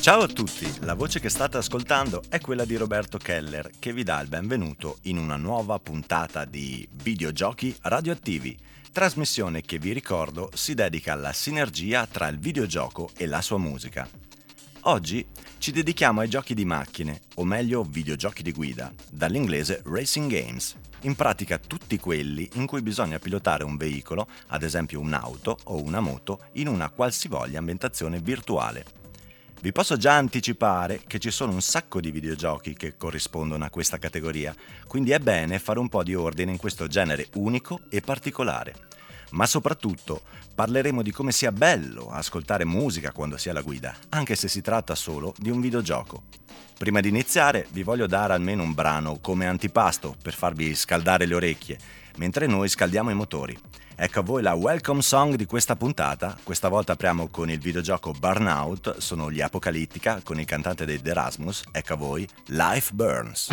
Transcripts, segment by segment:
Ciao a tutti, la voce che state ascoltando è quella di Roberto Keller che vi dà il benvenuto in una nuova puntata di Videogiochi Radioattivi, trasmissione che vi ricordo si dedica alla sinergia tra il videogioco e la sua musica. Oggi ci dedichiamo ai giochi di macchine, o meglio videogiochi di guida, dall'inglese Racing Games, in pratica tutti quelli in cui bisogna pilotare un veicolo, ad esempio un'auto o una moto, in una qualsivoglia ambientazione virtuale. Vi posso già anticipare che ci sono un sacco di videogiochi che corrispondono a questa categoria, quindi è bene fare un po' di ordine in questo genere unico e particolare. Ma soprattutto parleremo di come sia bello ascoltare musica quando si è alla guida, anche se si tratta solo di un videogioco. Prima di iniziare vi voglio dare almeno un brano come antipasto per farvi scaldare le orecchie, mentre noi scaldiamo i motori. Ecco a voi la welcome song di questa puntata. Questa volta apriamo con il videogioco Burnout, sono gli Apocalittica con il cantante dei The Erasmus. Ecco a voi Life Burns.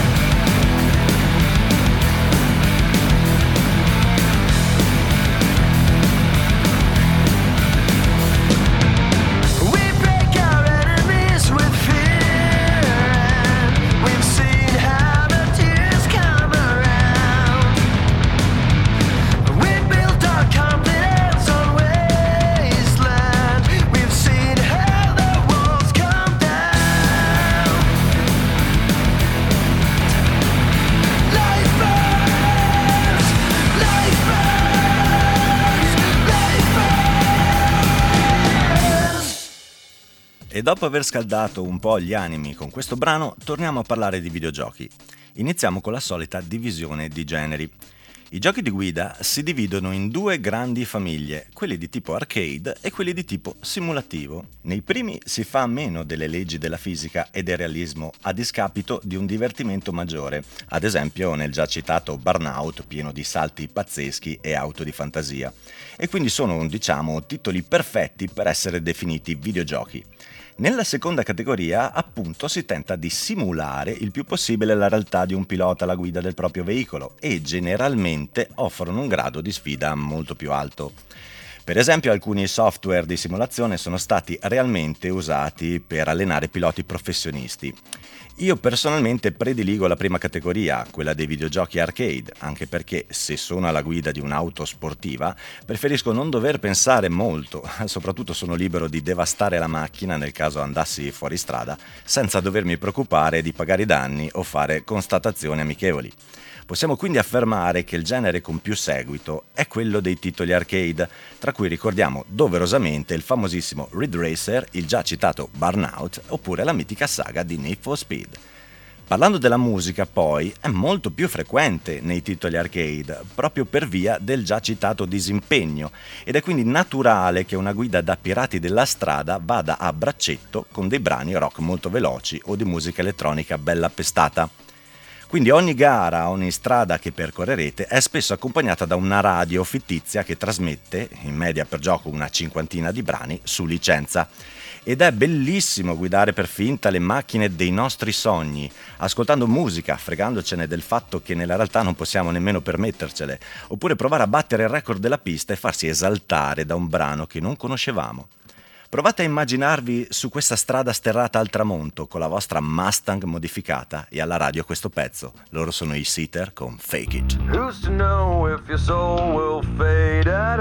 E dopo aver scaldato un po' gli animi con questo brano, torniamo a parlare di videogiochi. Iniziamo con la solita divisione di generi. I giochi di guida si dividono in due grandi famiglie, quelli di tipo arcade e quelli di tipo simulativo. Nei primi si fa a meno delle leggi della fisica e del realismo a discapito di un divertimento maggiore, ad esempio nel già citato Burnout pieno di salti pazzeschi e auto di fantasia. E quindi sono, titoli perfetti per essere definiti videogiochi. Nella seconda categoria, appunto, si tenta di simulare il più possibile la realtà di un pilota alla guida del proprio veicolo e generalmente offrono un grado di sfida molto più alto. Per esempio, alcuni software di simulazione sono stati realmente usati per allenare piloti professionisti. Io personalmente prediligo la prima categoria, quella dei videogiochi arcade, anche perché se sono alla guida di un'auto sportiva preferisco non dover pensare molto, soprattutto sono libero di devastare la macchina nel caso andassi fuori strada, senza dovermi preoccupare di pagare i danni o fare constatazioni amichevoli. Possiamo quindi affermare che il genere con più seguito è quello dei titoli arcade, tra cui ricordiamo doverosamente il famosissimo Ridge Racer, il già citato Burnout, oppure la mitica saga di Need for Speed. Parlando della musica, poi, è molto più frequente nei titoli arcade, proprio per via del già citato disimpegno, ed è quindi naturale che una guida da pirati della strada vada a braccetto con dei brani rock molto veloci o di musica elettronica bella appestata. Quindi ogni gara, ogni strada che percorrerete è spesso accompagnata da una radio fittizia che trasmette, in media per gioco una cinquantina di brani, su licenza. Ed è bellissimo guidare per finta le macchine dei nostri sogni, ascoltando musica, fregandocene del fatto che nella realtà non possiamo nemmeno permettercele, oppure provare a battere il record della pista e farsi esaltare da un brano che non conoscevamo. Provate a immaginarvi su questa strada sterrata al tramonto con la vostra Mustang modificata e alla radio questo pezzo. Loro sono i Seether con Fake It. Who's to know if your soul will fade at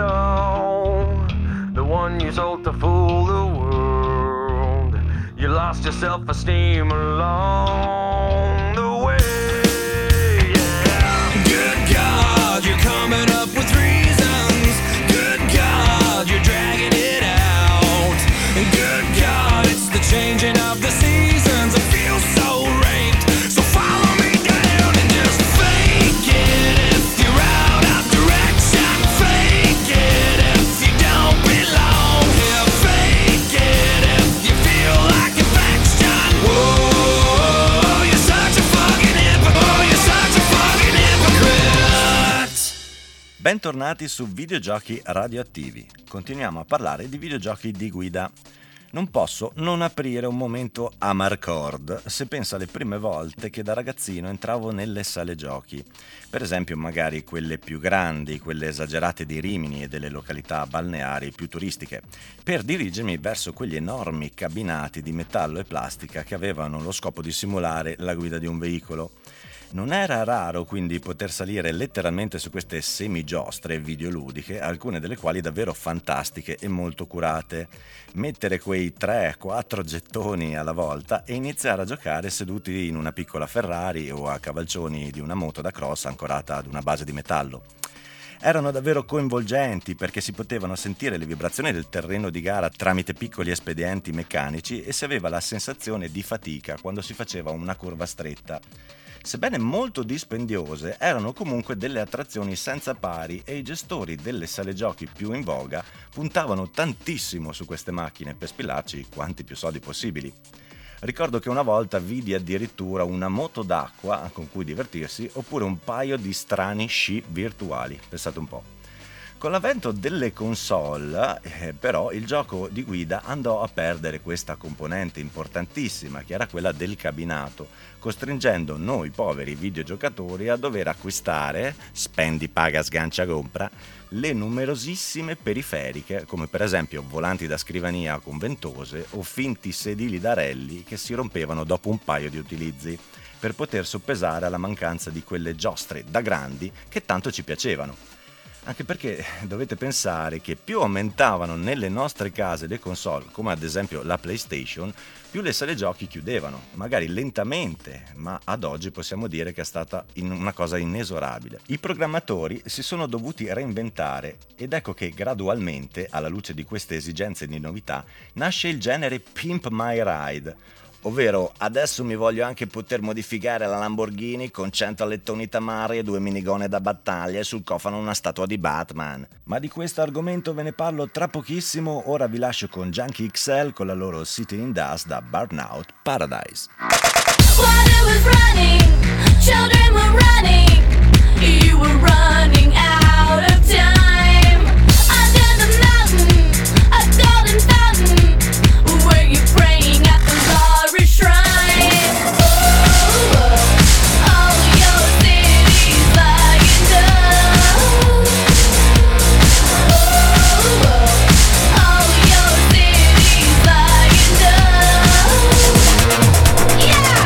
all? The one you sold to fool the world. You lost your self-esteem along the way. Yeah. Good God, you're coming up with reasons. Good God, you're dragging it out. Good God, it's the changing of the seasons. I feel so raped, so follow me down and just fake it if you're out of direction. Fake it if you don't belong here. Fake it if you feel like infection. Whoa, you're such a fucking hypocrite. Oh, you're such a fucking hypocrite. Bentornati su Videogiochi Radioattivi. Continuiamo a parlare di videogiochi di guida. Non posso non aprire un momento Amarcord se penso alle prime volte che da ragazzino entravo nelle sale giochi. Per esempio magari quelle più grandi, quelle esagerate di Rimini e delle località balneari più turistiche, per dirigermi verso quegli enormi cabinati di metallo e plastica che avevano lo scopo di simulare la guida di un veicolo. Non era raro quindi poter salire letteralmente su queste semigiostre videoludiche, alcune delle quali davvero fantastiche e molto curate, mettere quei 3-4 gettoni alla volta e iniziare a giocare seduti in una piccola Ferrari o a cavalcioni di una moto da cross ancorata ad una base di metallo. Erano davvero coinvolgenti perché si potevano sentire le vibrazioni del terreno di gara tramite piccoli espedienti meccanici e si aveva la sensazione di fatica quando si faceva una curva stretta. Sebbene molto dispendiose, erano comunque delle attrazioni senza pari e i gestori delle sale giochi più in voga puntavano tantissimo su queste macchine per spillarci quanti più soldi possibili. Ricordo che una volta vidi addirittura una moto d'acqua con cui divertirsi oppure un paio di strani sci virtuali, pensate un po'. Con l'avvento delle console, però, il gioco di guida andò a perdere questa componente importantissima, che era quella del cabinato, costringendo noi poveri videogiocatori a dover acquistare, spendi paga sgancia compra, le numerosissime periferiche, come per esempio volanti da scrivania con ventose o finti sedili da rally che si rompevano dopo un paio di utilizzi, per poter soppesare alla mancanza di quelle giostre da grandi che tanto ci piacevano. Anche perché dovete pensare che più aumentavano nelle nostre case le console, come ad esempio la PlayStation, più le sale giochi chiudevano, magari lentamente, ma ad oggi possiamo dire che è stata una cosa inesorabile. I programmatori si sono dovuti reinventare ed ecco che gradualmente, alla luce di queste esigenze di novità, nasce il genere Pimp My Ride, ovvero adesso mi voglio anche poter modificare la Lamborghini con 100 alettoni tamari e 2 minigone da battaglia e sul cofano una statua di Batman. Ma di questo argomento ve ne parlo tra pochissimo, ora vi lascio con Junkie XL con la loro Sitting in Dust da Burnout Paradise. Water was running, children were running, you were running out of time. Under the mountain, a golden fountain, where you praying at the glory shrine. All your cities lying down. All your cities lying down. Yeah!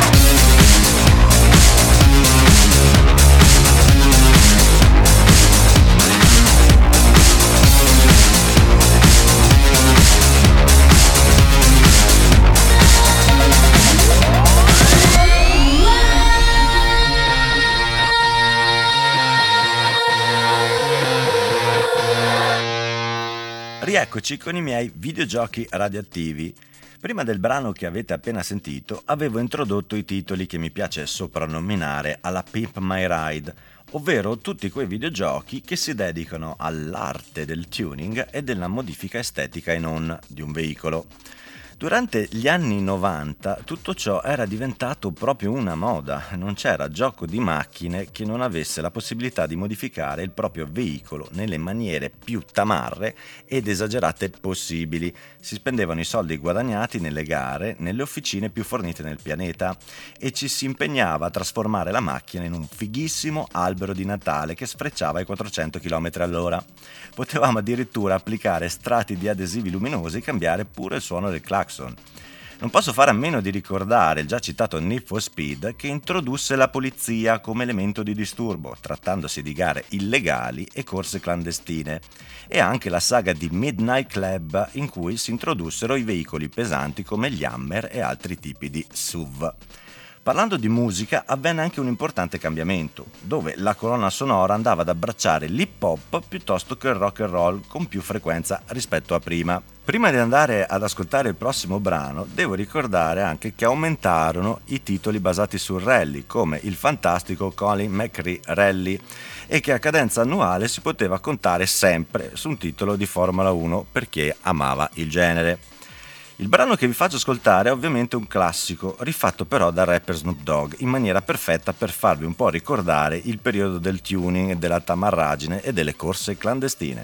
Rieccoci con i miei videogiochi radioattivi. Prima del brano che avete appena sentito avevo introdotto i titoli che mi piace soprannominare alla Pimp My Ride, ovvero tutti quei videogiochi che si dedicano all'arte del tuning e della modifica estetica e non di un veicolo. Durante gli anni 90 tutto ciò era diventato proprio una moda, non c'era gioco di macchine che non avesse la possibilità di modificare il proprio veicolo nelle maniere più tamarre ed esagerate possibili. Si spendevano i soldi guadagnati nelle gare, nelle officine più fornite nel pianeta e ci si impegnava a trasformare la macchina in un fighissimo albero di Natale che sfrecciava ai 400 km all'ora. Potevamo addirittura applicare strati di adesivi luminosi e cambiare pure il suono del clacson. Non posso fare a meno di ricordare il già citato Need for Speed che introdusse la polizia come elemento di disturbo, trattandosi di gare illegali e corse clandestine, e anche la saga di Midnight Club in cui si introdussero i veicoli pesanti come gli Hammer e altri tipi di SUV. Parlando di musica, avvenne anche un importante cambiamento, dove la colonna sonora andava ad abbracciare l'hip hop piuttosto che il rock and roll con più frequenza rispetto a prima. Prima di andare ad ascoltare il prossimo brano, devo ricordare anche che aumentarono i titoli basati sul rally, come il fantastico Colin McRae Rally, e che a cadenza annuale si poteva contare sempre su un titolo di Formula 1 per chi amava il genere. Il brano che vi faccio ascoltare è ovviamente un classico, rifatto però dal rapper Snoop Dogg in maniera perfetta per farvi un po' ricordare il periodo del tuning, della tamarragine e delle corse clandestine.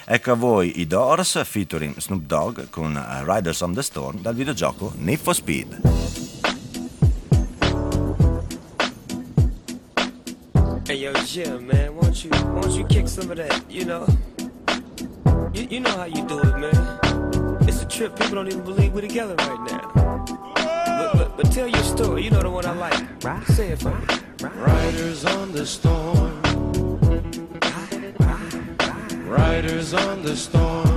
Ecco a voi i Doors featuring Snoop Dogg con Riders on the Storm dal videogioco Need for Speed. Hey yo, Jim, man, won't you kick some of that? You know how you do it, man. It's a trip. People don't even believe we're together right now. But tell your story. You know the one I like. Say it for me. Riders on the storm. Riders on the storm.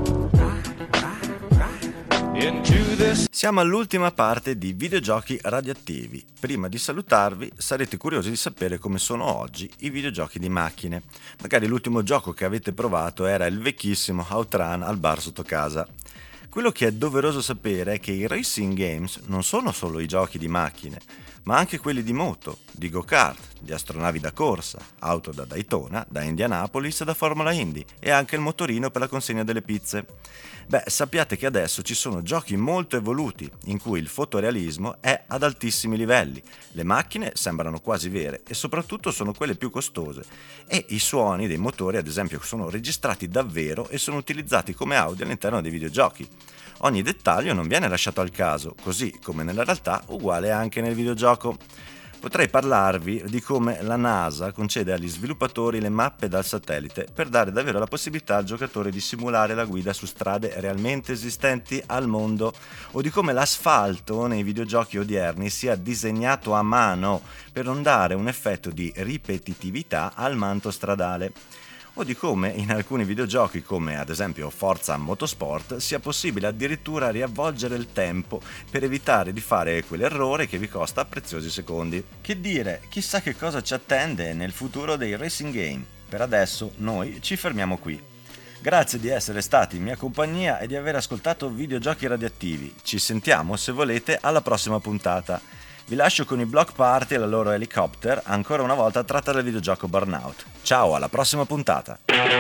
Into this. Siamo all'ultima parte di videogiochi radioattivi. Prima di salutarvi, sarete curiosi di sapere come sono oggi i videogiochi di macchine. Magari l'ultimo gioco che avete provato era il vecchissimo Outrun al bar sotto casa. Quello che è doveroso sapere è che i racing games non sono solo i giochi di macchine, ma anche quelli di moto, di go-kart, di astronavi da corsa, auto da Daytona, da Indianapolis e da Formula Indy e anche il motorino per la consegna delle pizze. Beh, sappiate che adesso ci sono giochi molto evoluti in cui il fotorealismo è ad altissimi livelli, le macchine sembrano quasi vere e soprattutto sono quelle più costose e i suoni dei motori ad esempio sono registrati davvero e sono utilizzati come audio all'interno dei videogiochi. Ogni dettaglio non viene lasciato al caso, così come nella realtà uguale anche nel videogioco. Potrei parlarvi di come la NASA concede agli sviluppatori le mappe dal satellite per dare davvero la possibilità al giocatore di simulare la guida su strade realmente esistenti al mondo, o di come l'asfalto nei videogiochi odierni sia disegnato a mano per non dare un effetto di ripetitività al manto stradale, o di come in alcuni videogiochi come ad esempio Forza Motorsport sia possibile addirittura riavvolgere il tempo per evitare di fare quell'errore che vi costa preziosi secondi. Che dire, chissà che cosa ci attende nel futuro dei racing game. Per adesso noi ci fermiamo qui. Grazie di essere stati in mia compagnia e di aver ascoltato Videogiochi Radioattivi. Ci sentiamo, se volete, alla prossima puntata. Vi lascio con i Block Party e la loro Helicopter, ancora una volta tratta dal videogioco Burnout. Ciao, alla prossima puntata!